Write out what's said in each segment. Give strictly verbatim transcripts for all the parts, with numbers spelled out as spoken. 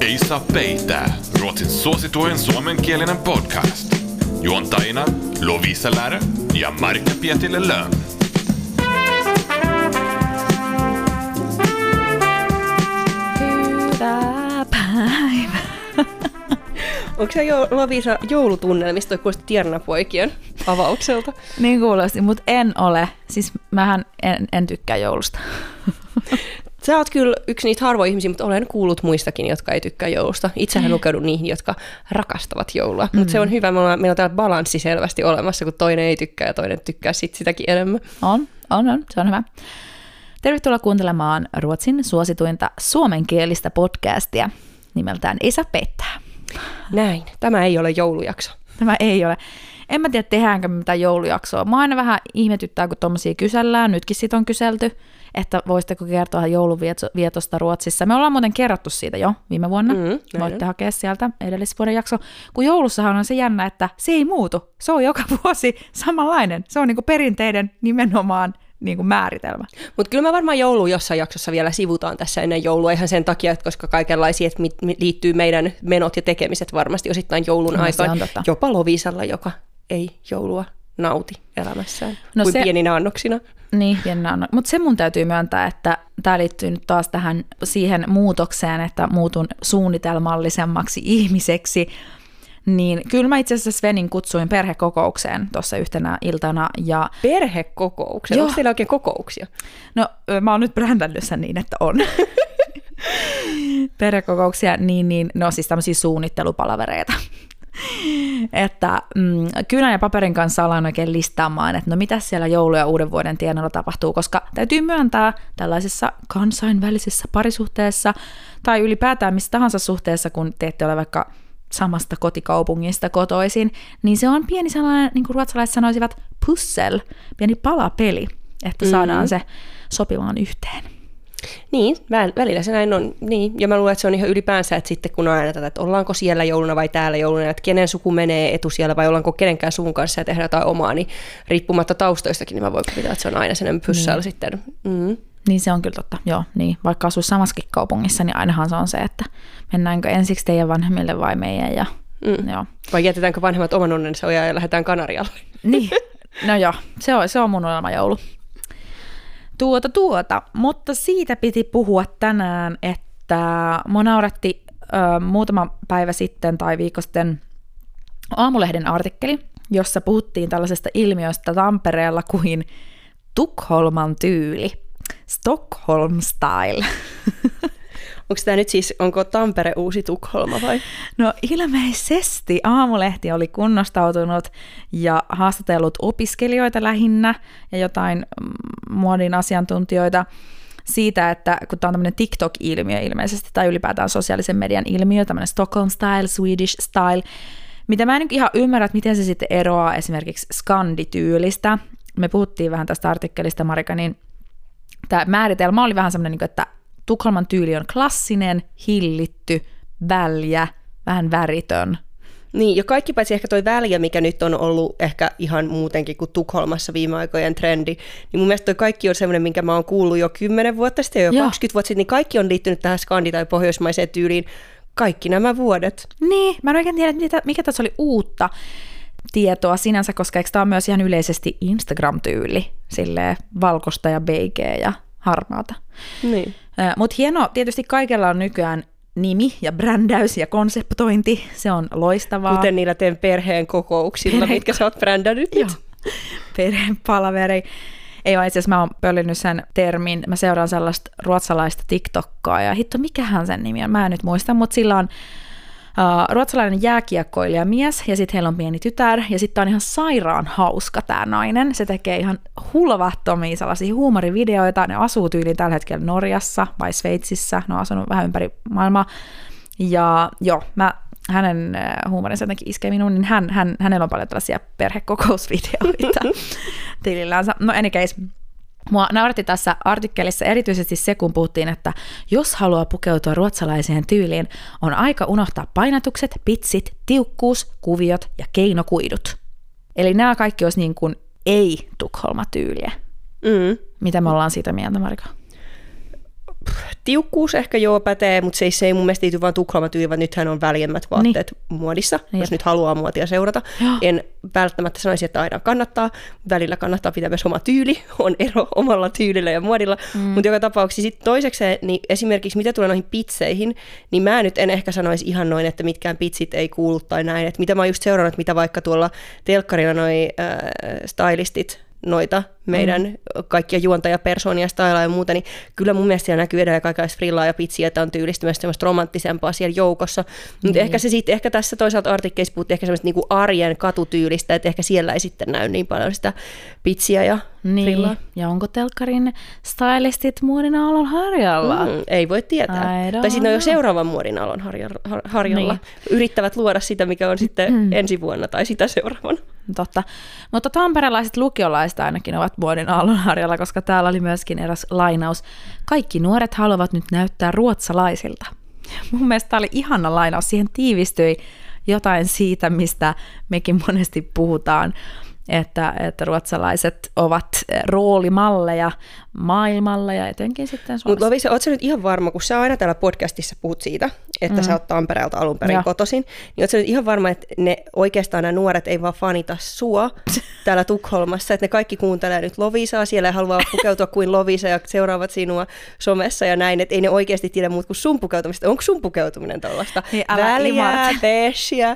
Ei saa peittää, Ruotsin suosituin suomenkielinen podcast. Juontajina Lovisa Lärö ja Marika Pietilä-Löön. Hyvää päivää. Onko se jo, Lovisa, joulutunnelmista, toi kuulosti Tiernapoikien avaukselta? Niin kuulosti, mutta en ole. Siis mähän en, en tykkää joulusta. Sä oot kyllä yksi niitä harvoja ihmisiä, mutta olen kuullut muistakin, jotka ei tykkää joulusta. Itsehän lukenut niihin, jotka rakastavat joulua. Mm. Mutta se on hyvä, meillä on, meillä on täällä balanssi selvästi olemassa, kun toinen ei tykkää ja toinen tykkää sit sitäkin enemmän. On, on, on. Se on hyvä. Tervetuloa kuuntelemaan Ruotsin suosituinta suomenkielistä podcastia nimeltään Ei saa peittää. Näin. Tämä ei ole joulujakso. Tämä ei ole. En mä tiedä, tehdäänkö mitään joulujaksoa. Mä aina vähän ihmetyttää, kun tommosia kysellään. Nytkin sit on kyselty, että voisitteko kertoa jouluvietosta Ruotsissa. Me ollaan muuten kerrottu siitä jo viime vuonna. Mm, Voitte hakea sieltä edellisvuoden jakso. Kun joulussahan on se jännä, että se ei muutu. Se on joka vuosi samanlainen. Se on niinku perinteiden nimenomaan niinku määritelmä. Mutta kyllä me varmaan joulua jossain jaksossa vielä sivutaan tässä ennen joulua. Ihan sen takia, että koska kaikenlaisia, että mit, mit liittyy meidän menot ja tekemiset varmasti osittain joulun no, aikaan. Jopa Lovisalla, joka ei joulua nauti elämässään, no kuin se, pieninä annoksina. Niin, pieninä annoksina. Mutta se mun täytyy myöntää, että tämä liittyy nyt taas tähän siihen muutokseen, että muutun suunnitelmallisemmaksi ihmiseksi. Niin kyllä mä itse asiassa Svenin kutsuin perhekokoukseen tuossa yhtenä iltana. Ja perhekokoukseen? Onko teillä oikein kokouksia? No mä oon nyt brändännyt sen niin, että on. Perhekokouksia, niin, niin, no siis tämmöisiä suunnittelupalavereita. Että mm, kynän ja paperin kanssa ollaan oikein listaamaan, että no mitä siellä joulu- ja uuden vuoden tienoilla tapahtuu, koska täytyy myöntää tällaisessa kansainvälisessä parisuhteessa tai ylipäätään missä tahansa suhteessa, kun te ette ole vaikka samasta kotikaupungista kotoisin, niin se on pieni sellainen, niin kuin ruotsalaiset sanoisivat, puzzle, pieni palapeli, että saadaan mm-hmm. se sopivaan yhteen. Niin, välillä se näin on. Niin. Ja mä luulen, että se on ihan ylipäänsä, että sitten kun on aina tätä, että ollaanko siellä jouluna vai täällä jouluna, että kenen suku menee etusijalla vai ollaanko kenenkään suvun kanssa ja tehdään jotain omaa, niin riippumatta taustoistakin, niin mä voin kuvitella, että se on aina sellainen pyssällä niin. sitten. Mm. Niin se on kyllä totta, joo. Niin. Vaikka asuisi samassakin kaupungissa, niin ainahan se on se, että mennäänkö ensiksi teidän vanhemmille vai meidän. Ja, mm. joo. Vai jätetäänkö vanhemmat oman onnensa ojaa ja lähdetään Kanarialle. Niin, no joo, se on, se on mun unelmajoulu. Tuota, tuota, mutta siitä piti puhua tänään, että mua nauratti ö, muutama päivä sitten tai viikko sitten Aamulehden artikkeli, jossa puhuttiin tällaisesta ilmiöstä Tampereella kuin Tukholman tyyli, Stockholm style. Onko tämä nyt siis, onko Tampere uusi Tukholma vai? No ilmeisesti Aamulehti oli kunnostautunut ja haastatellut opiskelijoita lähinnä ja jotain muodin asiantuntijoita siitä, että kun tämä on tämmöinen TikTok-ilmiö ilmeisesti tai ylipäätään sosiaalisen median ilmiö, tämmöinen Stockholm style, Swedish style, mitä mä en ihan ymmärrä, että miten se sitten eroaa esimerkiksi skandityylistä. Me puhuttiin vähän tästä artikkelista, Marika, niin tämä määritelmä oli vähän semmoinen, että Tukholman tyyli on klassinen, hillitty, väljä, vähän väritön. Niin, ja kaikki paitsi ehkä toi väljä, mikä nyt on ollut ehkä ihan muutenkin kuin Tukholmassa viime aikojen trendi, niin mun mielestä toi kaikki on semmoinen, minkä mä oon kuullut jo kymmenen vuotta sitten, jo Joo. kaksikymmentä vuotta sitten, niin kaikki on liittynyt tähän skandi- tai pohjoismaiseen tyyliin kaikki nämä vuodet. Niin, mä en oikein tiedä, mikä tässä oli uutta tietoa sinänsä, koska eikö tämä on myös ihan yleisesti Instagram-tyyli, silleen valkoista ja beigeä ja harmaata. Niin. Mutta hienoa, tietysti kaikella on nykyään nimi ja brändäys ja konseptointi, se on loistavaa. Kuten niillä teen perheen kokouksilla, perheen... mitkä sä oot brändännyt nyt. Perheen palaveri. Ei ole, itse asiassa mä oon pöllinyt sen termin, mä seuraan sellaista ruotsalaista TikTokkaa ja hitto, mikähän sen nimi on, mä en nyt muista, mutta sillä on Uh, ruotsalainen jääkiekkoilijamies ja sitten heillä on pieni tytär ja sitten on ihan sairaan hauska tämä nainen. Se tekee ihan hulvattomia sellaisia huumorivideoita. Ne asuu tyyliin tällä hetkellä Norjassa vai Sveitsissä. Ne on asunut vähän ympäri maailmaa. Ja joo, mä, hänen huumorinsa jotenkin iskee minuun, niin hän, hän, hänellä on paljon tällaisia perhekokousvideoita tilillänsä. No any case. Mua nauratti tässä artikkelissa erityisesti se, kun puhuttiin, että jos haluaa pukeutua ruotsalaiseen tyyliin, on aika unohtaa painatukset, pitsit, tiukkuus, kuviot ja keinokuidut. Eli nämä kaikki olisi niin kuin ei-Tukholma-tyyliä. Mm. Mitä me ollaan siitä mieltä, Marika? tiukkuus ehkä joo pätee, mutta se ei, se ei mun mielestä liity vaan Tukholma-tyyli, vaan nythän on väljemmät vaatteet niin. muodissa, niin. jos nyt haluaa muotia seurata. Joo. En välttämättä sanoisi, että aina kannattaa. Välillä kannattaa pitää myös oma tyyli. On ero omalla tyylillä ja muodilla. Mm. Mutta joka tapauksessa sitten toisekseen, niin esimerkiksi mitä tulee noihin pitseihin, niin mä nyt en ehkä sanoisi ihan noin, että mitkään pitsit ei kuulu tai näin. Että mitä mä oon just seurannut, mitä vaikka tuolla telkkarilla noi äh, stylistit, noita meidän mm. kaikkia juontajapersoonia, stylaa ja muuta, niin kyllä mun mielestä siellä näkyy edelleen kaikenlaista frillaa ja pitsiä, että on tyylistymässä semmoista romanttisempaa siellä joukossa. Mutta mm. ehkä se sitten, ehkä tässä toisaalta artikkeissa puhuttiin ehkä semmoista niinku arjen katutyylistä, että ehkä siellä ei sitten näy niin paljon sitä pitsiä ja niin. frillaa. Ja onko telkkarin stylistit muodin aallon harjalla? Mm, ei voi tietää. Tai sitten ne on jo seuraavan muodin aallon harjalla. harjalla. Niin. Yrittävät luoda sitä, mikä on sitten mm. ensi vuonna tai sitä seuraavan. Totta. Mutta tamperelaiset lukiolaiset ainakin ovat muodin aallonharjalla, koska täällä oli myöskin eräs lainaus. Kaikki nuoret haluavat nyt näyttää ruotsalaisilta. Mun mielestä tämä oli ihana lainaus. Siihen tiivistyi jotain siitä, mistä mekin monesti puhutaan, että, että ruotsalaiset ovat roolimalleja maailmalla ja etenkin sitten Suomessa. Mutta Lovisa, ootko sä nyt ihan varma, kun sä aina täällä podcastissa puhut siitä, että mm. sä oot Tampereelta alun perin kotoisin, niin ootko sä nyt ihan varma, että ne oikeastaan nämä nuoret ei vaan fanita sua täällä Tukholmassa, että ne kaikki kuuntelee nyt Lovisaa siellä ja haluaa pukeutua kuin Lovisa ja seuraavat sinua somessa ja näin, että ei ne oikeasti tiedä muut kuin sun pukeutumista. Onko sun pukeutuminen tällaista niin, väliä, beesia?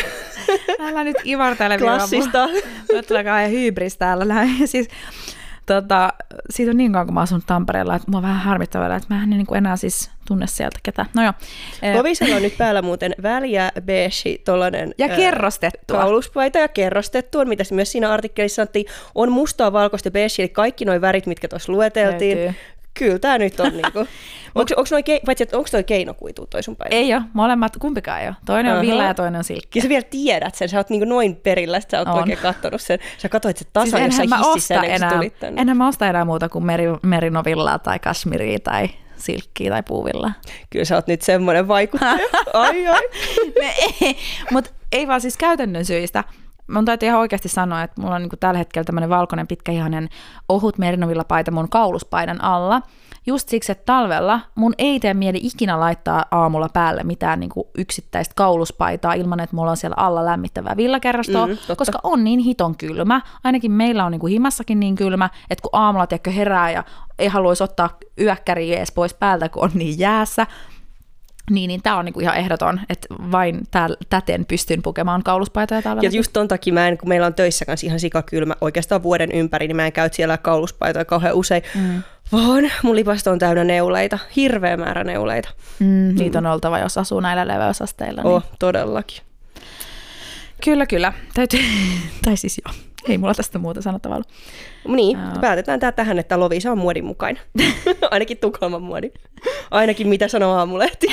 Älä nyt imartele klassista. Nyt tulee kauhean hybris täällä näin. Siis, tota, siitä on niin kauan, kun mä asun Tampereella, että mua on vähän harmittavaa, että mä en niin kuin enää siis tunne sieltä ketään. No joo. Lovisella on nyt päällä muuten väliä, beige, tollainen ja kerrostettua. Kauluspaita ja kerrostettua, mitä myös siinä artikkelissa sanottiin, on mustaa, valkoista, beige, eli kaikki nuo värit, mitkä tuossa lueteltiin. Löytyy. Kyllä tämä nyt on niinku. Onko onko toi keinokuitu toi sun päivä? Ei ole, molemmat, kumpikaan ei ole. Toinen on uh-huh. villa ja toinen on silkki. Ja sä vielä tiedät sen, sä oot niinku noin perillä, että sä oot on. oikein kattonut sen. Sä katsoit sen tasan siis jossain hississä ennen kuin tulit tänne. Enhän mä osta enää muuta kuin meri, merinovillaa tai kashmiria tai silkkiä tai puuvillaa. Kyllä sä oot nyt semmoinen vaikuttaja. Ai ai. Mutta ei vaan siis käytännön syistä. Mun täytyy ihan oikeasti sanoa, että mulla on niinku tällä hetkellä tämmöinen valkoinen pitkäihainen ohut merinovillapaita mun kauluspaidan alla. Just siksi, että talvella mun ei tee mieli ikinä laittaa aamulla päälle mitään niinku yksittäistä kauluspaitaa ilman, että mulla on siellä alla lämmittävää villakerrostoa, mm, koska on niin hiton kylmä. Ainakin meillä on niinku himassakin niin kylmä, että kun aamulla tiedätkö herää ja ei haluaisi ottaa yökkäriä edes pois päältä, kun on niin jäässä, Niin, niin tämä on niinku ihan ehdoton, että vain tääl, täten pystyn pukemaan kauluspaitoja talvella. Ja just ton takia mä en, kun meillä on töissä kanssa ihan sikakylmä oikeastaan vuoden ympäri, niin mä en käy siellä kauluspaitoja kauhean usein, mm. vaan mun lipasto on täynnä neuleita, hirveä määrä neuleita. Mm, mm. Niitä on oltava, jos asuu näillä leveysasteilla. Niin. Oh, todellakin. Kyllä, kyllä. Täytyy, tai siis joo. Ei mulla tästä muuta sanottavaa ollut. Niin, uh, päätetään tää tähän, että Lovisa on muodin mukainen. Ainakin Tukholman muodi. Ainakin mitä sanoo Aamulehti.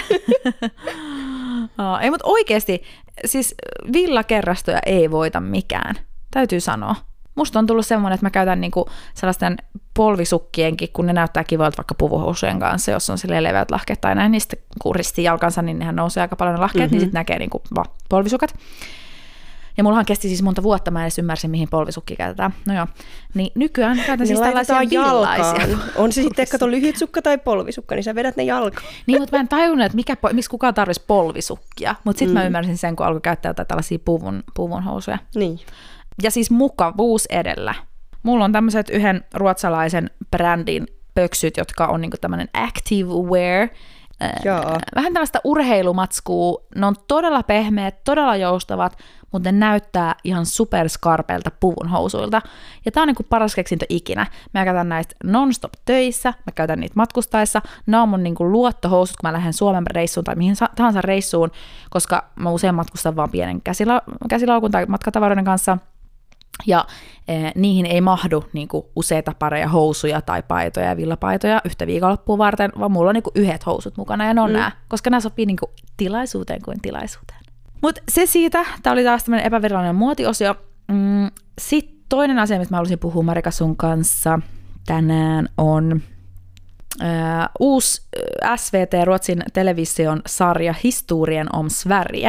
uh, ei, mutta oikeasti, siis villakerrastoja ei voita mikään. Täytyy sanoa. Musta on tullut semmoinen, että mä käytän niinku sellaisten polvisukkienkin, kun ne näyttää kivoilta vaikka puvuhousujen kanssa, jos on silleen leveät lahkeet tai näin, niin sitten kun ristii jalkansa, niin nehän nousee aika paljon ne lahkeet, mm-hmm. niin sitten näkee niinku vaan polvisukat. Ja mullahan kesti siis monta vuotta, mä edes ymmärsin, mihin polvisukki käytetään. No joo, niin nykyään käytän niin siis tällaisia villaisia. On se sitten, kato lyhyt sukka tai polvisukka, niin sä vedät ne jalkaan. Niin, mutta mä en tajunnut, että mikä, miksi kukaan tarvitsisi polvisukkia. Mutta sitten mm. mä ymmärsin sen, kun alkoi käyttää jotain tällaisia puvun, puvun housuja. Niin. Ja siis mukavuus edellä. Mulla on tämmöiset yhden ruotsalaisen brändin pöksyt, jotka on niinku tämmöinen active wear. Jaa. Vähän tällaista urheilumatskua. Ne on todella pehmeät, todella joustavat, mutta ne näyttää ihan superskarpeilta puvun housuilta. Ja tää on niinku paras keksintö ikinä. Mä käytän näistä non-stop töissä, mä käytän niitä matkustaessa. Ne on mun niinku luottohousut, kun mä lähden Suomen reissuun tai mihin tahansa reissuun, koska mä usein matkustan vaan pienen käsila- käsilaukun tai matkatavaroiden kanssa. Ja eh, niihin ei mahdu niinku useita pareja housuja tai paitoja ja villapaitoja yhtä viikonloppua varten, vaan mulla on niinku yhdet housut mukana ja ne on mm. nää, koska nämä sopii niinku tilaisuuteen kuin tilaisuuteen. Mutta se siitä, tää oli taas tämmönen epävirallinen muotiosio. Mm, Sitten toinen asia, mistä mä haluaisin puhua Marika sun kanssa tänään on ää, uusi S V T Ruotsin television sarja Historien om Sverige.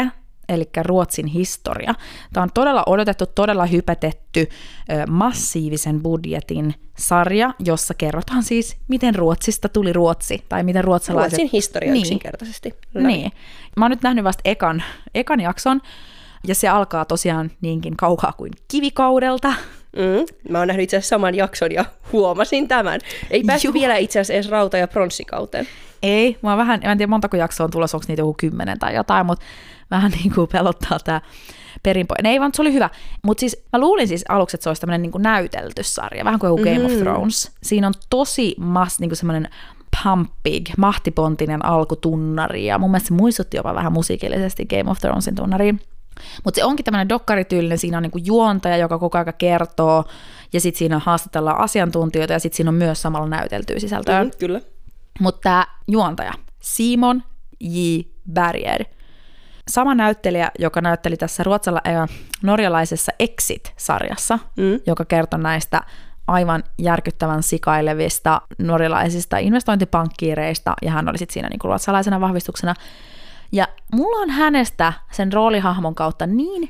eli Ruotsin historia. Tämä on todella odotettu, todella hypätetty, massiivisen budjetin sarja, jossa kerrotaan siis, miten Ruotsista tuli Ruotsi, tai miten ruotsalaiset... Ruotsin historia niin. yksinkertaisesti. Niin. Mä oon nyt nähnyt vasta ekan, ekan jakson, ja se alkaa tosiaan niinkin kaukaa kuin kivikaudelta. Mm, mä oon nähnyt itse asiassa saman jakson ja huomasin tämän. Ei päästy Juh. vielä itse asiassa edes rauta- ja pronssikauteen. Ei, mä, vähän, mä en tiedä montako jaksoa on tulossa, onko niitä joku kymmenen tai jotain, mutta vähän niin kuin pelottaa tää perinpohja. Ei vaan, se oli hyvä. Mutta siis mä luulin siis aluksi, että se olisi tämmöinen niin kuin näytelty sarja, vähän kuin joku Game mm-hmm. of Thrones. Siinä on tosi mass, niin kuin semmoinen pumpig, mahtipontinen alkutunnari, ja mun mielestä se muistutti jopa vähän musiikillisesti Game of Thronesin tunnariin. Mutta se onkin tämmöinen dokkarityylinen, siinä on niinku juontaja, joka koko ajan kertoo, ja sitten siinä haastatellaan asiantuntijoita, ja sitten siinä on myös samalla näyteltyä sisältöä. Mm, kyllä. Mutta tämä juontaja, Simon J. Berger, sama näyttelijä, joka näytteli tässä ruotsala- äh, norjalaisessa Exit-sarjassa, mm. joka kertoi näistä aivan järkyttävän sikailevista norjalaisista investointipankkiireista, ja hän oli sitten siinä niinku ruotsalaisena vahvistuksena. Ja mulla on hänestä sen roolihahmon kautta niin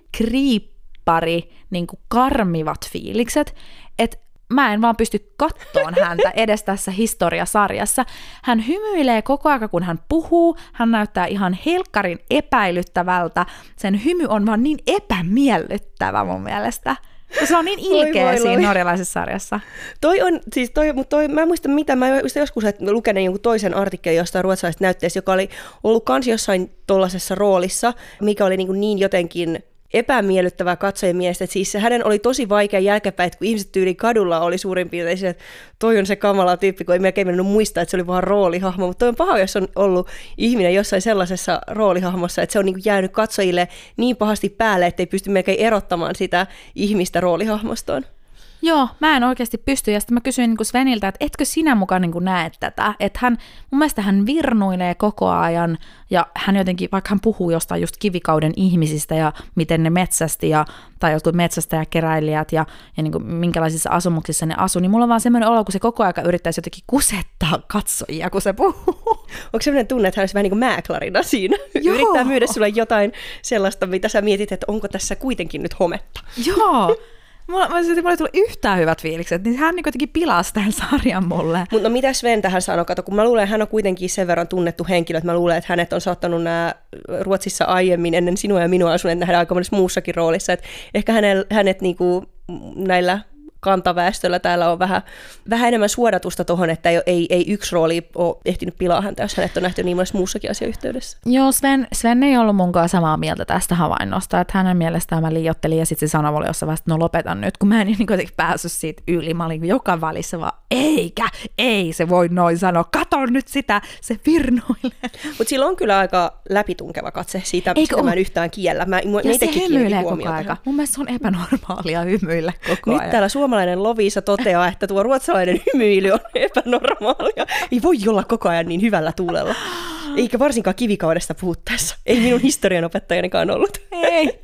kriippari, niin kuin karmivat fiilikset, että mä en vaan pysty kattoon häntä edes tässä historiasarjassa. Hän hymyilee koko ajan, kun hän puhuu, hän näyttää ihan helkkarin epäilyttävältä. Sen hymy on vaan niin epämiellyttävä mun mielestä. Se on niin ilkeä voi, voi, siinä norjalaisessa sarjassa. Toi on, siis toi, mutta toi, mä en muista mitä, mä joskus lukenut jonkun toisen artikkelin jostain ruotsalaisesta näytteestä, joka oli ollut kans jossain tollasessa roolissa, mikä oli niin, niin jotenkin epämiellyttävää katsojien mielestä, että siis hänen oli tosi vaikea jälkeenpäin, että kun ihmiset tyyliin kadulla oli suurin piirtein sille, että toi on se kamala tyyppi, kun ei melkein mennyt muistaa, että se oli vaan roolihahmo, mutta toi on paha, jos on ollut ihminen jossain sellaisessa roolihahmossa, että se on niin kuin jäänyt katsojille niin pahasti päälle, että ei pysty melkein erottamaan sitä ihmistä roolihahmostoon. Joo, mä en oikeasti pysty, ja sitten mä kysyin niin kuin Sveniltä, että etkö sinä mukaan niin kuin näe tätä, että hän, mun mielestä hän virnuilee koko ajan, ja hän jotenkin, vaikka hän puhuu jostain just kivikauden ihmisistä, ja miten ne metsästi, ja, tai jotkut metsästäjäkeräilijät, ja, ja niin kuin minkälaisissa asumuksissa ne asuu, niin mulla on vaan semmoinen olo, kun se koko ajan yrittäisi jotenkin kusettaa katsojia, kun se puhuu. Onko semmoinen tunne, että hän olisi vähän niin kuin määklarina siinä? Joo. Yrittää myydä sulle jotain sellaista, mitä sä mietit, että onko tässä kuitenkin nyt hometta? Joo. Mulla, mulla ei tullut yhtään hyvät fiilikset, niin hän niin kuitenkin pilasi tämän sarjan mulle. Mutta no mitä Sven tähän sanoi? Kato, kun mä luulen, että hän on kuitenkin sen verran tunnettu henkilö, että mä luulen, että hänet on saattanut nämä Ruotsissa aiemmin ennen sinua ja minua asuneet nähdä aika monessa muussakin roolissa. Et ehkä hänet, hänet niinku näillä kantaväestöllä täällä on vähän, vähän enemmän suodatusta tuohon, että ei, ei, ei yksi rooli ole ehtinyt pilaa häntä, jos hänet on nähty niin monessa muussakin asiayhteydessä. Joo, Sven, Sven ei ollut munkaan samaa mieltä tästä havainnosta, että hänen mielestään mä liioittelin, ja sitten se sanoi mulle jossain vaiheessa, että no lopetan nyt, kun mä en niin kuitenkin päässyt siitä yli. Mä olin joka välissä vaan, eikä, ei se voi noin sanoa, kato nyt sitä, se virnuilee. Mutta sillä on kyllä aika läpitunkeva katse siitä, että mä en yhtään kiellä. Mä, ja se hymyilee koko ajan. Mun mielestä se on epänormaalia hymyillä koko ajan. Nyt täällä suomalainen Lovisa toteaa, että tuo ruotsalainen hymyily on epänormaalia. Ei voi olla koko ajan niin hyvällä tuulella. Eikä varsinkaan kivikaudesta puhuttaessa. Ei minun historianopettajanikaan ollut. Ei.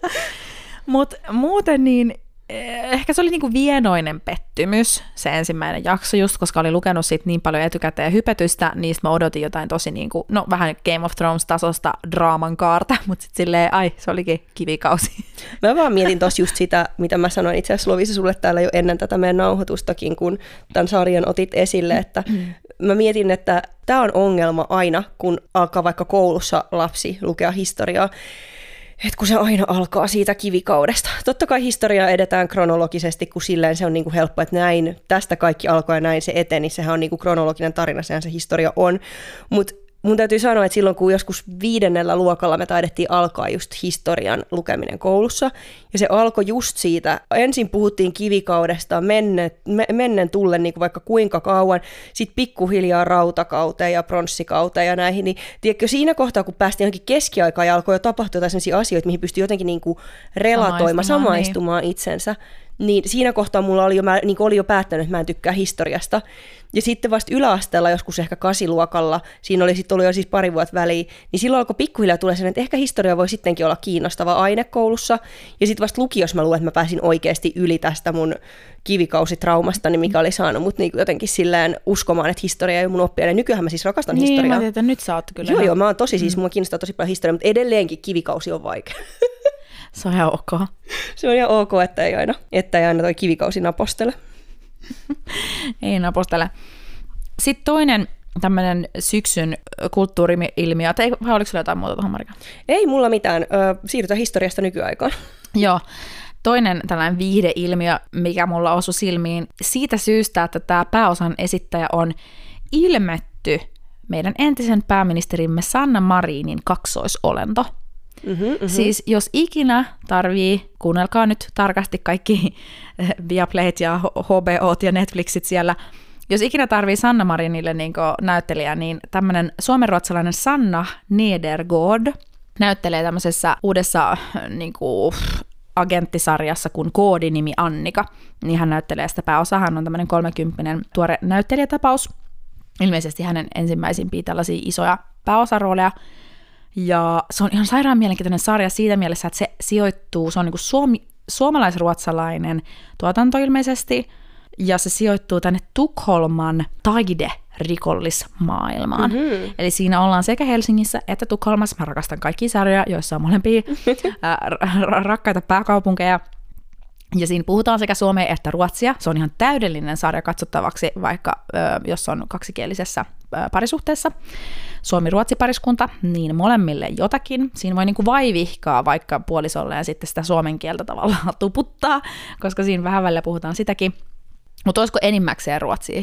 Mutta muuten niin ehkä se oli niinku vienoinen pettymys, se ensimmäinen jakso, just koska olin lukenut siitä niin paljon etukäteen hypetystä, niistä mä odotin jotain tosi niinku, no vähän Game of Thrones-tasosta draaman kaarta, mutta sitten silleen, ai, se olikin kivikausi. Mä vaan mietin tossa just sitä, mitä mä sanoin itse asiassa Lovisa sulle täällä jo ennen tätä meidän nauhoitustakin, kun tämän sarjan otit esille, että mä mietin, että tää on ongelma aina, kun alkaa vaikka koulussa lapsi lukea historiaa, että kun se aina alkaa siitä kivikaudesta. Totta kai historiaa edetään kronologisesti, kun silleen se on niinku helppo, että näin, tästä kaikki alkoi ja näin se eteni. Sehän on niinku kronologinen tarina, sehän se historia on. Mutta mun täytyy sanoa, että silloin kun joskus viidennellä luokalla me taidettiin alkaa just historian lukeminen koulussa, ja se alkoi just siitä, ensin puhuttiin kivikaudesta menne, me, mennen tullen niin kuin vaikka kuinka kauan, sitten pikkuhiljaa rautakauteen ja pronssikauteen ja näihin, niin tiedätkö, siinä kohtaa, kun päästiin johonkin keskiaikaan ja alkoi jo tapahtua jotain sellaisia asioita, mihin pystyi jotenkin niin kuin relatoimaan, samaistumaan, samaistumaan niin. itsensä, niin siinä kohtaa mulla oli jo, mä niin oli jo päättänyt, että mä en tykkää historiasta. Ja sitten vasta yläasteella, joskus ehkä kasiluokalla, siinä oli sitten ollut jo siis pari vuotta väliin, niin silloin alkoi pikkuhiljaa tulla sen, että ehkä historia voi sittenkin olla kiinnostava aine koulussa. Ja sitten vasta lukiossa mä luulen, että mä pääsin oikeasti yli tästä mun kivikausitraumasta, niin mikä oli saanut mut niin jotenkin silleen uskomaan, että historia ei mun oppia. Ja nykyään mä siis rakastan niin, historiaa. Niin, mä tiedän, nyt sä oot kyllä. Joo, joo, mä oon tosi siis, mua kiinnostaa tosi paljon historiaa, mutta edelleenkin kivikausi on vaikea. Se on ihan ok. Se on ihan ok, että ei aina, että ei aina toi kivikausi napostele. Ei napostele. Sitten toinen tämmöinen syksyn kulttuuri-ilmiö, tai vai oliko sulla jotain muuta tuohon, Marika? Ei mulla mitään. Ö, siirrytään historiasta nykyaikaan. Joo. Toinen tällainen viihdeilmiö, mikä mulla osui silmiin, siitä syystä, että tämä pääosan esittäjä on ilmetty meidän entisen pääministerimme Sanna Marinin kaksoisolento. Mm-hmm, mm-hmm. Siis jos ikinä tarvii, kuunnelkaa nyt tarkasti kaikki Viaplayt ja H B O:t ja Netflixit siellä, jos ikinä tarvii Sanna Marinille niin näyttelijä, niin tämmöinen suomenruotsalainen Sanna Nedergaard näyttelee tämmöisessä uudessa niin kuin, agenttisarjassa kuin Koodinimi Annika. Niin hän näyttelee sitä pääosaa, hän on tämmöinen kolmekymppinen tuore näyttelijätapaus. Ilmeisesti hänen ensimmäisimpiä tällaisia isoja pääosarooleja. Ja se on ihan sairaan mielenkiintoinen sarja siitä mielessä, että se sijoittuu, se on niin kuin suomi, suomalais-ruotsalainen tuotanto ilmeisesti, ja se sijoittuu tänne Tukholman taide-rikollismaailmaan. Mm-hmm. Eli siinä ollaan sekä Helsingissä että Tukholmassa. Mä rakastan kaikkia sarjoja, joissa on molempia ää, rakkaita pääkaupunkeja. Ja siinä puhutaan sekä suomea että ruotsia. Se on ihan täydellinen sarja katsottavaksi, vaikka ö, jos on kaksikielisessä ö, parisuhteessa. Suomi-ruotsi-pariskunta, niin molemmille jotakin. Siinä voi niinku vaivihkaa vaikka puolisolle ja sitten sitä suomen kieltä tavallaan tuputtaa, koska siinä vähän välillä puhutaan sitäkin. Mutta olisiko enimmäkseen ruotsia?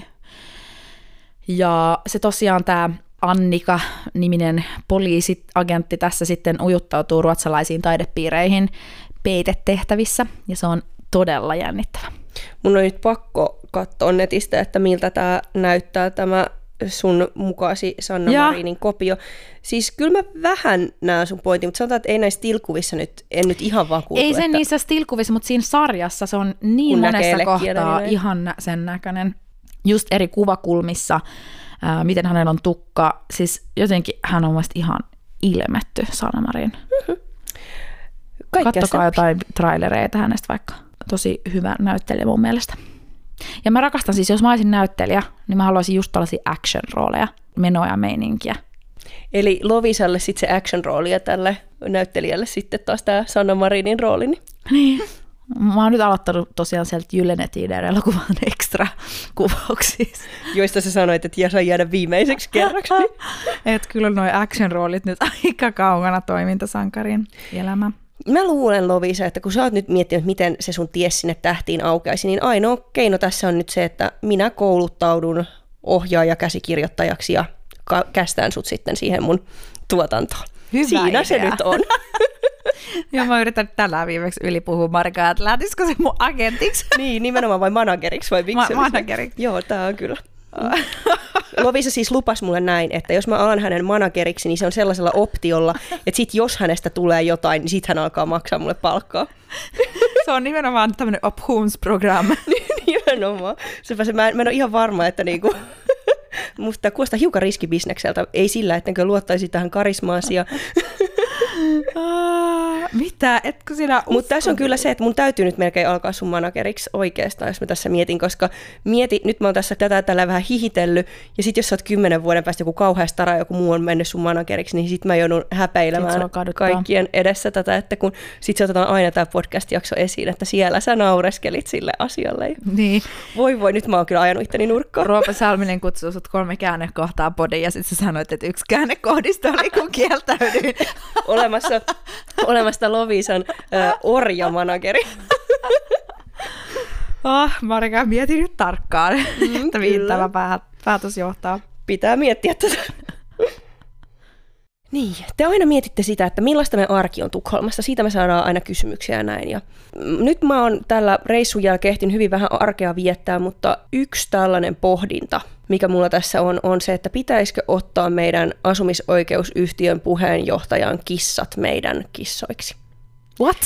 Ja se tosiaan tämä Annika-niminen poliisiagentti tässä sitten ujuttautuu ruotsalaisiin taidepiireihin peitetehtävissä, ja se on todella jännittävä. Mun on nyt pakko katsoa netistä, että miltä tämä näyttää tämä sun mukaasi Sanna ja. Marinin kopio. Siis kyllä mä vähän näen sun pointin, mutta sanotaan, että ei näissä stilkuvissa nyt, en nyt ihan vaan kuultu. Ei se että niissä stilkuvissa, mutta siinä sarjassa se on niin monessa kohtaa ihan sen näköinen. Just eri kuvakulmissa, ää, miten hänellä on tukka. Siis jotenkin hän on mielestäni ihan ilmetty, Sanna Marin. Mm-hmm. Kattokaa jotain trailereita hänestä vaikka. Tosi hyvä näyttelijä mun mielestä. Ja mä rakastan siis, jos mä olisin näyttelijä, niin mä haluaisin just tällaisia action-rooleja, menoa ja meininkiä. Eli Lovisalle sitten se action-rooli ja tälle näyttelijälle sitten taas tämä Sanna Marinin rooli. Niin. Mä oon nyt aloittanut tosiaan sieltä Jyllene Tider-elokuvan extra kuvauksissa. Joista sä sanoit, että saa jäädä viimeiseksi kerraksi. Että kyllä noi action-roolit nyt aika kaukana toimintasankarin elämä. Mä luulen, Lovisa, että kun sä oot nyt miettinyt, miten se sun ties sinne tähtiin aukeaisi, niin ainoa keino tässä on nyt se, että minä kouluttaudun ohjaaja-käsikirjoittajaksi ja ka- kästään sut sitten siihen mun tuotantoon. Hyvä Siinä idea. Se nyt on. Ja mä yritän tällä viimeksi yli puhua Markaa, että lähtisikö se mun agentiksi? Niin, nimenomaan vai manageriksi vai miksi? Ma- manageriksi. Joo, tää on kyllä. Lovisa siis lupasi mulle näin, että jos mä alan hänen manageriksi, niin se on sellaisella optiolla, että sit jos hänestä tulee jotain, niin sit hän alkaa maksaa mulle palkkaa. Se on nimenomaan tämmöinen ophums-programma. Nimenomaan. Sepä se, mä, en, mä en ole ihan varma, että niinku, musta tämä kuulostaa hiukan riskibisnekseltä. Ei sillä, ettenkö luottaisi tähän karismaasi. Ja mitä? Etkö sinä Mutta tässä on kyllä se, että mun täytyy nyt melkein alkaa sun manageriksi oikeastaan, jos mä tässä mietin, koska mieti, nyt mä oon tässä tätä tällä vähän hihitellyt, ja sit jos sä oot kymmenen vuoden päästä joku kauhea stara, joku muu on mennyt sun manageriksi, niin sit mä joudun häpeilemään kaikkien edessä tätä, että kun sit se otetaan aina tää podcast-jakso esiin, että siellä sä naureskelit sille asialle. Niin. Voi voi, nyt mä oon kyllä ajanut itteni nurkkaan. Roope Salminen kutsuu sut kolme käännekohtaa podiin, ja sit sä sanoit, että yksi käännekohdista oli, kun kieltäydyin. Olemassa, olemassa Lovisan äh, orjamanageri. Oh, Marika, mieti nyt tarkkaan, mm, että mihin tämä päätös johtaa. Pitää miettiä tätä. Niin, te aina mietitte sitä, että millaista me arki on Tukholmassa. Siitä me saadaan aina kysymyksiä ja näin. Ja nyt mä oon tällä reissun jälkeen ehtinyt hyvin vähän arkea viettää, mutta yksi tällainen pohdinta, mikä mulla tässä on, on se, että pitäisikö ottaa meidän asumisoikeusyhtiön puheenjohtajan kissat meidän kissoiksi. What?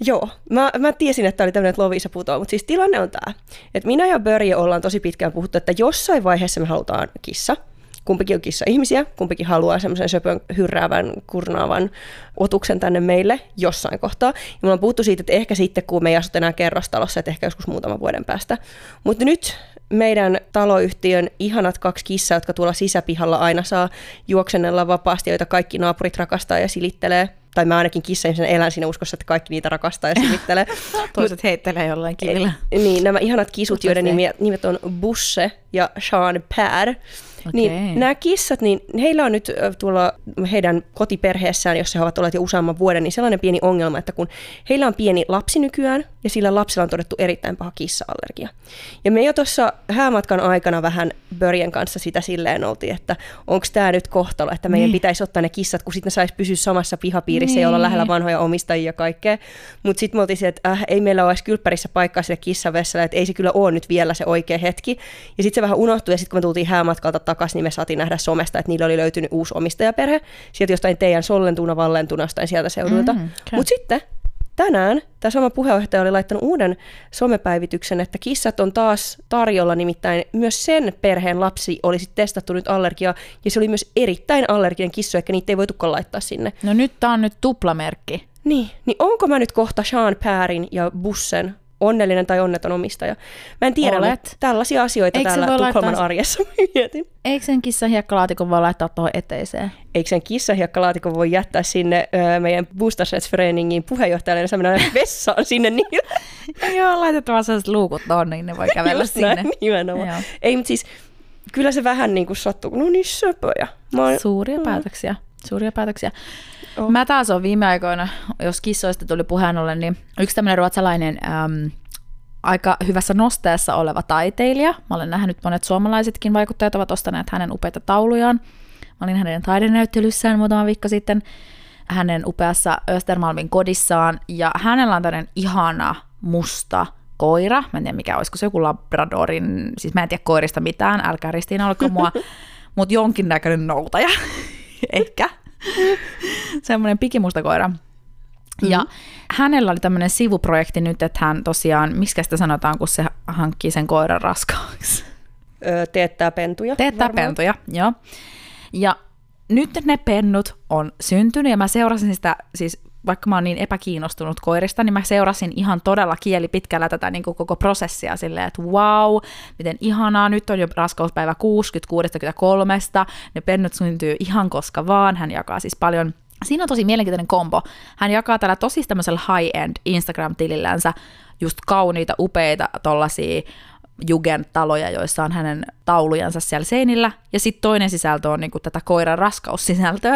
Joo, mä, mä tiesin, että tämä oli tämmöinen, että Lovisa putoaa, mutta siis tilanne on tämä, että minä ja Börje ollaan tosi pitkään puhuttu, että jossain vaiheessa me halutaan kissa. Kumpikin on kissa-ihmisiä, kumpikin haluaa semmoisen söpön, hyrräävän, kurnaavan otuksen tänne meille jossain kohtaa. Ja me ollaan puhuttu siitä, että ehkä sitten, kun me ei asuta enää kerrostalossa, että ehkä joskus muutaman vuoden päästä. Mutta nyt meidän taloyhtiön ihanat kaksi kissaa, jotka tuolla sisäpihalla aina saa juoksennella vapaasti, joita kaikki naapurit rakastaa ja silittelee. Tai mä ainakin kissa-ihmisen elän siinä uskossa, että kaikki niitä rakastaa ja silittelee. Toiset heittelee jollain kielillä. Niin, nämä ihanat kisut, joiden nimet, nimet on Busse ja Sean Per. Okay. Niin nämä kissat, niin heillä on nyt tuolla heidän kotiperheessään, jossa he ovat olleet jo useamman vuoden, niin sellainen pieni ongelma, että kun heillä on pieni lapsi nykyään, ja sillä lapsella on todettu erittäin paha kissa-allergia. Ja me jo tuossa häämatkan aikana vähän Börjen kanssa sitä silleen oltiin, että onko tämä nyt kohtalo, että meidän niin. pitäisi ottaa ne kissat, kun sitten ne saisi pysyä samassa pihapiirissä niin. ja olla lähellä vanhoja omistajia ja kaikkea. Mutta sitten me oltiin se, että äh, ei meillä ole edes kylppärissä paikkaa sille kissavessalle, että ei se kyllä ole nyt vielä se oikea hetki. Ja sitten se vähän unohtui, ja sitten kun me tultiin häämatkalta takaisin, niin me saatiin nähdä somesta, että niillä oli löytynyt uusi omistajaperhe, sieltä jostain teidän Sollentuna, Vallentuna, jostain sieltä seudulta. Mm, okay. Mutta sitten tänään tämä sama puheenjohtaja oli laittanut uuden somepäivityksen, että kissat on taas tarjolla, nimittäin myös sen perheen lapsi oli sitten testattu nyt allergiaa, ja se oli myös erittäin allerginen kissu, eikä niitä ei voitukaan laittaa sinne. No nyt tämä on nyt tuplamerkki. Niin, niin onko mä nyt kohta Sean Pärin ja Bussen onnellinen tai onneton omistaja? Mä en tiedä, Olet. mutta tällaisia asioita Eikö täällä Tukholman laittaa... arjessa mietin. Eikö sen kissan hiekkalaatikon voi laittaa tuohon eteiseen? Eikö sen kissahiekkalaatikon voi jättää sinne öö, meidän Bostadsrättsföreningin puheenjohtajalle ja mennä vessaan sinne niillä? Joo, laitetaan sellaiset luukut tuonne, niin ne voi kävellä Just sinne. Näin, nimenomaan. Ei, mutta siis kyllä se vähän niin kuin sattuu, no niin söpöjä. Oon... Suuria mm. päätöksiä, suuria päätöksiä. Oh. Mä taas on viime aikoina, jos kissoista tuli puheen ollen, niin yksi tämmöinen ruotsalainen äm, aika hyvässä nosteessa oleva taiteilija. Mä olen nähnyt, monet suomalaisetkin vaikuttajat ovat ostaneet hänen upeita taulujaan. Mä olin hänen taidenäyttelyssään muutama viikko sitten hänen upeassa Östermalmin kodissaan. Ja hänellä on tämmöinen ihana musta koira. Mä en tiedä mikä, olisiko se joku Labradorin, siis mä en tiedä koirista mitään, älkää Ristiina olko mua, mutta jonkinnäköinen noutaja. Ehkä. Semmoinen pikimusta koira. Mm-hmm. Ja hänellä oli tämmöinen sivuprojekti nyt, että hän tosiaan, miskä sitä sanotaan, kun se hankkii sen koiran raskaaksi? Öö, teettää pentuja. Teettää varmaan. pentuja, joo. Ja nyt ne pennut on syntynyt, ja mä seurasin sitä, siis vaikka mä oon niin epäkiinnostunut koirista, niin mä seurasin ihan todella kieli pitkällä tätä niin kuin koko prosessia silleen, että wow, miten ihanaa, nyt on jo raskauspäivä kuusikymmentä kuusikymmentäkolme, ne pennut syntyy ihan koska vaan, hän jakaa siis paljon. Siinä on tosi mielenkiintoinen kombo. Hän jakaa tällä tosi tämmöisellä high-end Instagram-tilillänsä just kauniita, upeita tollaisia Jugend-taloja, joissa on hänen taulujansa siellä seinillä. Ja sitten toinen sisältö on niinku tätä koiran raskaussisältöä.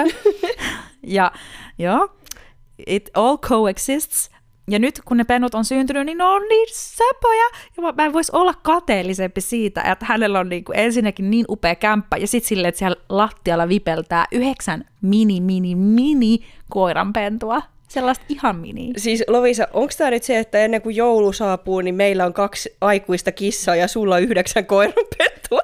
ja joo, it all coexists. Ja nyt kun ne pennut on syntynyt, niin ne on niin söpöjä. Ja mä en voisi olla kateellisempi siitä, että hänellä on niinku ensinnäkin niin upea kämppä. Ja sitten silleen, että siellä lattialla vipeltää yhdeksän mini, mini, mini koiranpentua. Sellaista ihan mini. Siis Lovisa, onko tämä nyt se, että ennen kuin joulu saapuu, niin meillä on kaksi aikuista kissaa ja sulla on yhdeksän koiranpentua?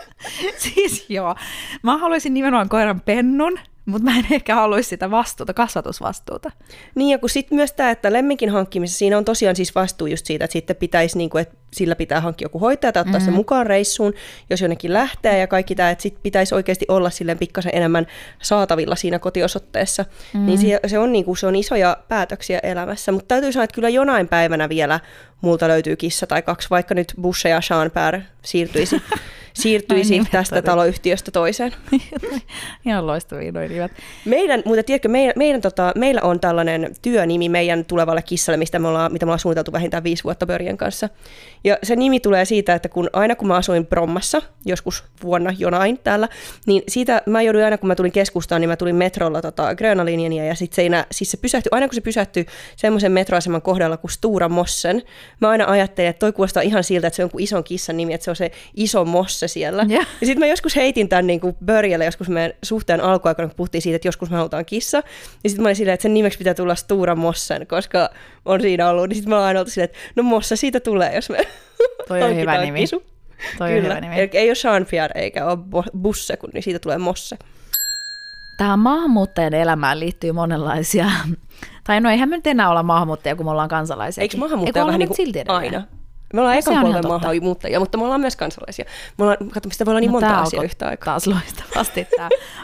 Siis joo. Mä haluaisin nimenomaan koiranpennun, mutta mä en ehkä haluaisi sitä vastuuta, kasvatusvastuuta. Niin ja kun sitten myös tämä, että lemminkin hankkimisessa siinä on tosiaan siis vastuu just siitä, että sitten pitäisi, niin kuin, että sillä pitää hankkia joku hoitaja tai ottaa mm-hmm. se mukaan reissuun, jos jonnekin lähtee ja kaikki tämä, että sitten pitäisi oikeasti olla silleen pikkasen enemmän saatavilla siinä kotiosoitteessa. Mm-hmm. Niin se, se, on, niin kuin, se on isoja päätöksiä elämässä, mutta täytyy sanoa, että kyllä jonain päivänä vielä multa löytyy kissa tai kaksi, vaikka nyt Busse ja Sean Per siirtyisi. siirtyisi no, tästä taloyhtiöstä toiseen. Ihan loistavia noin nimet. Meidän, mutta tiedätkö, meidän, meidän, tota, meillä on tällainen työnimi meidän tulevalle kissalle, mistä me ollaan, mitä me ollaan suunniteltu vähintään viisi vuotta Börjen kanssa. Ja se nimi tulee siitä, että kun aina kun mä asuin Brommassa, joskus vuonna jonain täällä, niin siitä mä jouduin aina kun mä tulin keskustaan, niin mä tulin metrolla tota, Gröna linjania ja sit se, enää, siis se pysähtyi, aina kun se pysähtyi semmoisen metroaseman kohdalla kuin Stora Mossen, mä aina ajattelin, että toi kuulostaa ihan siltä, että se on jonkun ison kissan nimi, että se on se iso mosse siellä. Yeah. Ja sitten mä joskus heitin tämän niin kuin Börjelle, joskus meidän suhteen alkuaikana, kun puhuttiin siitä, että joskus me halutaan kissa. Ja sitten mä olin silleen, että sen nimeksi pitää tulla Stora Mossen, koska on siinä ollut. Niin sitten mä olin aina oltu silleen, että no Mossa siitä tulee, jos me toi on hyvä nimi. Kisu. Toi on hyvä nimi. Eli ei ole Sean Fjär eikä ole Busse, kun niin siitä tulee Mosse. Tähän maahanmuuttajien elämään liittyy monenlaisia Tai no eihän me nyt enää olla maahanmuuttajia, kun me ollaan kansalaisia. Eikö maahanmuuttaja vähän niin kuin aina? Me ollaan ekan polven maahanmuuttajia, mutta me ollaan myös kansalaisia. Me ollaan, katso, mistä voi olla niin no, monta asiaa yhtä aikaa. Taas loistavasti tämä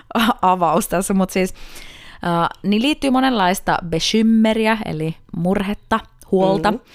avaus tässä, mutta siis uh, niin liittyy monenlaista beskymmeriä, eli murhetta, huolta. Mm-hmm.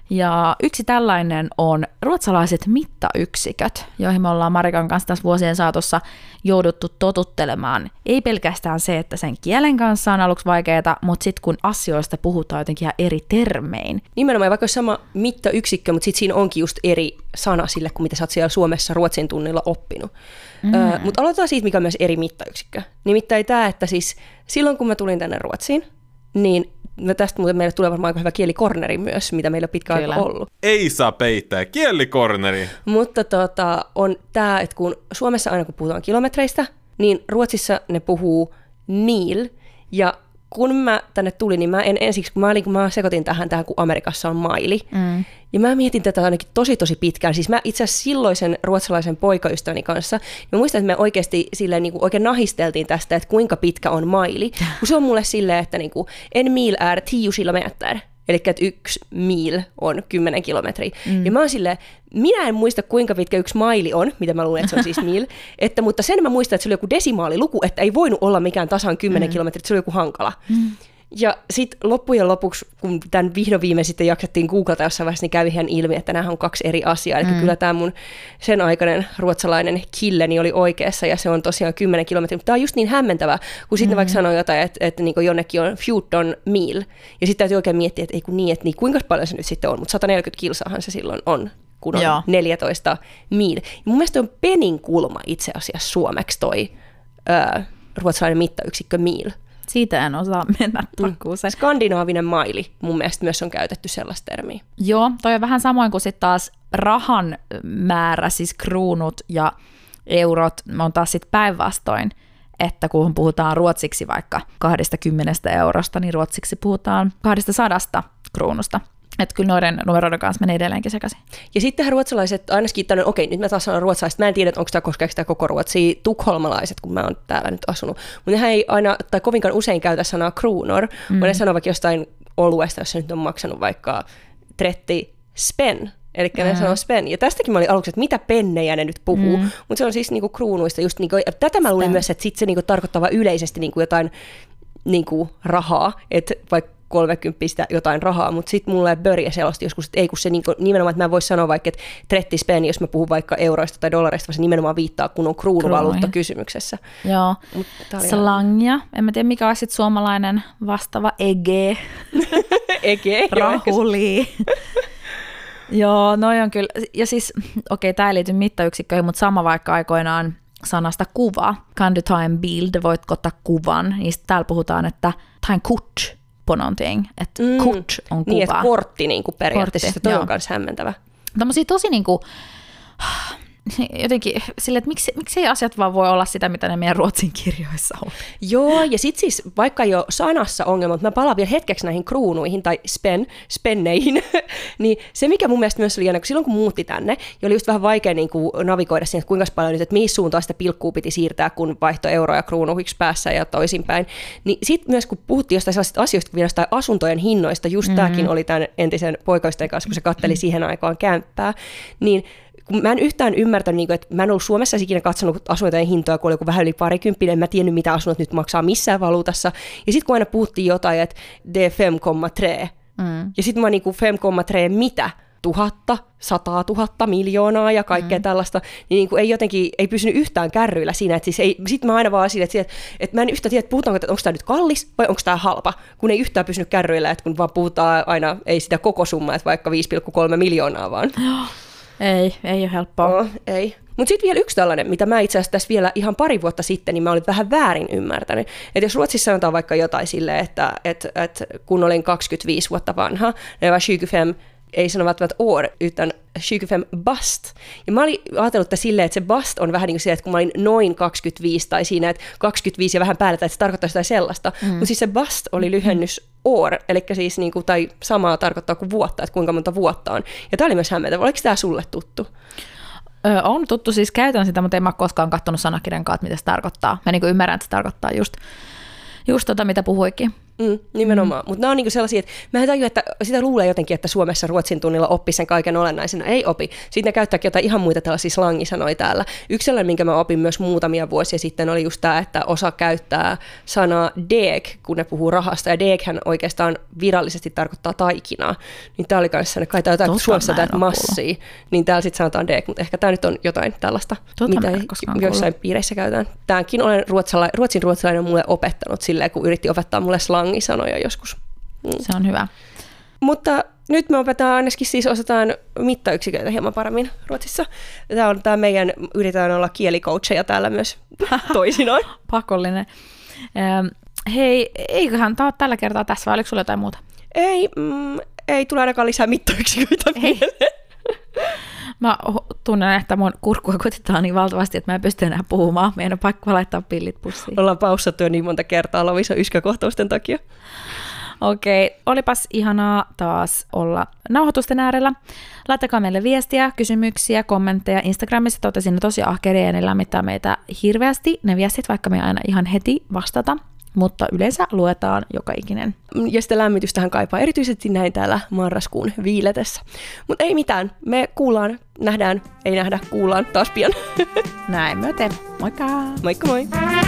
Ja yksi tällainen on ruotsalaiset mittayksiköt, joihin me ollaan Marikan kanssa tässä vuosien saatossa jouduttu totuttelemaan. Ei pelkästään se, että sen kielen kanssa on aluksi vaikeaa, mutta sitten kun asioista puhutaan jotenkin ihan eri termein. Nimenomaan vaikka sama mittayksikkö, mutta sitten siinä onkin just eri sana sille, kuin mitä sä oot siellä Suomessa ruotsin tunnilla oppinut. Mm. Öö, mutta aloitetaan siitä, mikä on myös eri mittayksikkö. Nimittäin tämä, että siis silloin kun mä tulin tänne Ruotsiin, niin no tästä muuten meille tulee varmaan aika hyvä kielikorneri myös, mitä meillä on pitkä aika ollut. Ei saa peittää, kielikorneri. Mutta tota, on tämä, että kun Suomessa aina kun puhutaan kilometreistä, niin Ruotsissa ne puhuu mil. Ja kun mä tänne tulin, niin mä en ensiksi, kun mä, olin, kun mä sekoitin tähän, tähän, kun Amerikassa on maili. Mm. Ja mä mietin tätä ainakin tosi tosi pitkään. Siis mä itse asiassa silloisen ruotsalaisen poikaystäväni kanssa, niin mä muistan, että me oikeasti silleen, niin kuin oikein nahisteltiin tästä, että kuinka pitkä on maili. Kun se on mulle silleen, että niin kuin, en mil är tio kilometer. Eli että yksi mil on kymmenen kilometriä. Mm. Ja mä oon silleen, minä en muista kuinka pitkä yksi maili on, mitä mä luulen, että se on siis mil. Että, mutta sen mä muistan, että se oli joku desimaaliluku, että ei voinut olla mikään tasan kymmenen mm. kilometriä, se oli joku hankala. Mm. Ja sitten loppujen lopuksi, kun tämän vihdoin viimein sitten jaksettiin googlata jossain vaiheessa, niin kävi ihan ilmi, että nämä on kaksi eri asiaa. Eli mm. kyllä tämä mun sen aikainen ruotsalainen killeni oli oikeassa, ja se on tosiaan kymmenen kilometriä. Mutta tämä on just niin hämmentävää, kun sitten mm. vaikka sanoo jotain, että, että niin jonnekin on fjorton mil, ja sitten täytyy oikein miettiä, että ei kun niin, että niin, kuinka paljon se nyt sitten on. Mutta sata neljäkymmentä kilsaahan se silloin on, kun on Joo. neljätoista mil. Ja mun mielestä on penin kulma itse asiassa suomeksi toi ää, ruotsalainen mittayksikkö mil. Siitä en osaa mennä takuuseen. Mm. Skandinaavinen maili mun mielestä myös on käytetty sellaista termiä. Joo, toi on vähän samoin kuin sitten taas rahan määrä, siis kruunut ja eurot, on taas sitten päinvastoin, että kun puhutaan ruotsiksi vaikka kaksikymmentä eurosta, niin ruotsiksi puhutaan kaksisataa kruunusta. Että kyllä noiden numeroiden kanssa menee edelleenkin sekaisin. Ja sittenhän ruotsalaiset, ainakin tämmöinen, okei, nyt mä taas sanon ruotsalaiset, mä en tiedä, onko tämä koskeeko sitä koko Ruotsia, tukholmalaiset, kun mä oon täällä nyt asunut. Mutta nehän ei aina, tai kovinkaan usein käytä sanaa kruunor, mm. vaan ne sanoo vaikka jostain oluesta, jos se nyt on maksanut vaikka tretti spen, eli mm. ne sanoo spen. Ja tästäkin mä olin aluksi, että mitä pennejä ne nyt puhuu, mm. mutta se on siis niinku kruunuista. Just niinku, tätä mä luulin spen. Myös, että sit se niinku tarkoittaa yleisesti niinku jotain niinku rahaa, että vaikka kolmekymppistä jotain rahaa, mutta sitten mulle Börje selosti joskus, että ei kun se niinku, nimenomaan, että mä en voi sanoa vaikka, että tretti spen, jos mä puhun vaikka euroista tai dollareista, vaan se nimenomaan viittaa, kun on kruunuvaluutta kysymyksessä. Joo, slangia. Ihan... En mä tiedä, mikä on sitten suomalainen vastaava ege. Ege. Rahuli. Joo, noi on kyllä. Ja siis, okei, okay, tämä ei liity mittayksikköihin, mutta sama vaikka aikoinaan sanasta kuva. Kan du ta en bild, voit ottaa kuvan. Niin täällä puhutaan, että ta en kort på någonting. Että mm. kort on kuva. Niin, että kortti niin kuin periaatteessa. Kortti, toi on myös hämmentävä. Tämmöisiä tosi niin kuin, jotenkin sille, että miksi, miksi ei asiat vaan voi olla sitä, mitä ne meidän ruotsin kirjoissa on. Joo, ja sitten siis vaikka jo sanassa ongelma, mutta mä palaan vielä hetkeksi näihin kruunuihin tai spen, spenneihin, niin se mikä mun mielestä myös oli jännä, kun silloin kun muutti tänne, ja oli just vähän vaikea niin kuin navigoida siihen, että kuinka paljon nyt, että mihin suuntaan sitä pilkkuu piti siirtää, kun vaihto euroja kruunuiksi päässä ja toisinpäin, niin sitten myös kun puhuttiin jostain sellaisista asioista, kun jostain asuntojen hinnoista, just mm-hmm. tämäkin oli tämän entisen poikaystävän kanssa, kun se katteli siihen aikaan kämppää, niin mä en yhtään ymmärtänyt, että mä en ollut Suomessa ikinä katsonut asuntojen hintoja, kun oli joku vähän yli parikymppinen, en mä tiennyt, mitä asunnot nyt maksaa missään valuutassa. Ja sitten kun aina puhuttiin jotain, että det är fem komma tre, mm. ja sitten mä niinku fem komma tre mitä? Tuhatta, sataa tuhatta, miljoonaa ja kaikkea mm. tällaista, niin, niin kuin ei jotenkin, ei pysynyt yhtään kärryillä siinä, että siis ei, sit mä aina vaan sille, että, että, että mä en yhtään tiedä, että puhutaanko, että onko tämä nyt kallis vai onko tämä halpa, kun ei yhtään pysynyt kärryillä, että kun vaan puhutaan aina, ei sitä koko summaa, että vaikka viisi pilkku kolme miljoonaa vaan. Ei, ei ole helppoa. No, ei. Mutta sitten vielä yksi tällainen, mitä mä itse asiassa tässä vielä ihan pari vuotta sitten, niin mä olin vähän väärin ymmärtänyt. Että jos Ruotsissa sanotaan vaikka jotain silleen, että, että, että kun olin kaksikymmentäviisi vuotta vanha, ne var tjugofem, ei sano välttämättä år, utan tjugofem bast. Ja mä olin ajatellut että silleen, että se bast on vähän niin kuin se, että kun mä olin noin kaksikymmentäviisi tai siinä, että kaksikymmentäviisi ja vähän päällä, että se tarkoittaa jotain sellaista. Mm. Mutta siis se bast oli lyhennys år, eli siis niin kuin, tai samaa tarkoittaa kuin vuotta, että kuinka monta vuotta on. Ja tämä oli myös hämmentävä. Oliko tämä sulle tuttu? Öö, on tuttu, siis käytän sitä, mutta en mä koskaan katsonut sanakirjan kautta, mitä se tarkoittaa. Mä niin kuin ymmärrän, että se tarkoittaa just, just tota, mitä puhuikin. Mm, nimenomaan. Mm. Mutta nämä on niinku sellaisia, että mä en tajua, että sitä luulee jotenkin, että Suomessa ruotsin tunnilla oppi sen kaiken olennaisena. Ei opi. Sitten ne käyttääkin jotain ihan muita tällaisia slangisanoja täällä. Yksi sellainen, minkä mä opin myös muutamia vuosia sitten, oli just tämä, että osa käyttää sanaa deg, kun ne puhuu rahasta. Ja deghän oikeastaan virallisesti tarkoittaa taikinaa. Niin tää oli kanssa, kai tää jotain Suomessa tätä massia. Niin täällä sitten sanotaan deg, mutta ehkä tää nyt on jotain tällaista, tota mitä joissain piireissä käytetään. Tämäkin olen ruotsala- ruotsin ruotsalainen mulle opettanut silleen, kun yritti opettaa mulle slangisanoja joskus. Mm. Se on hyvä. Mutta nyt me opetaan ainakin siis osataan mittayksiköitä hieman paremmin Ruotsissa. Tämä on tämä meidän, yritetään olla kielikoutseja täällä myös toisinaan. Pakollinen. Ähm, hei, eiköhän tämä ole tällä kertaa tässä, vai oliko sulla jotain muuta? Ei, mm, ei tule ainakaan lisää mittayksiköitä mieleen. Mä tunnen, että mun kurkkua kutitaan niin valtavasti, että mä en pysty enää puhumaan. Meidän on pakko laittaa pillit pussiin. Ollaan paussattu jo niin monta kertaa Lovisa yskäkohtausten takia. Okei, olipas ihanaa taas olla nauhoitusten äärellä. Laittakaa meille viestiä, kysymyksiä, kommentteja Instagramissa. Te olette sinne tosi ahkeria ja ne lämmittää meitä hirveästi. Ne viestit, vaikka me ei aina ihan heti vastata, mutta yleensä luetaan joka ikinen. Ja sitä lämmitystähän kaipaa erityisesti näin täällä marraskuun viiletessä. Mutta ei mitään, me kuullaan, nähdään, ei nähdä, kuullaan taas pian. Näin myöten. Moikka! Moikka moi!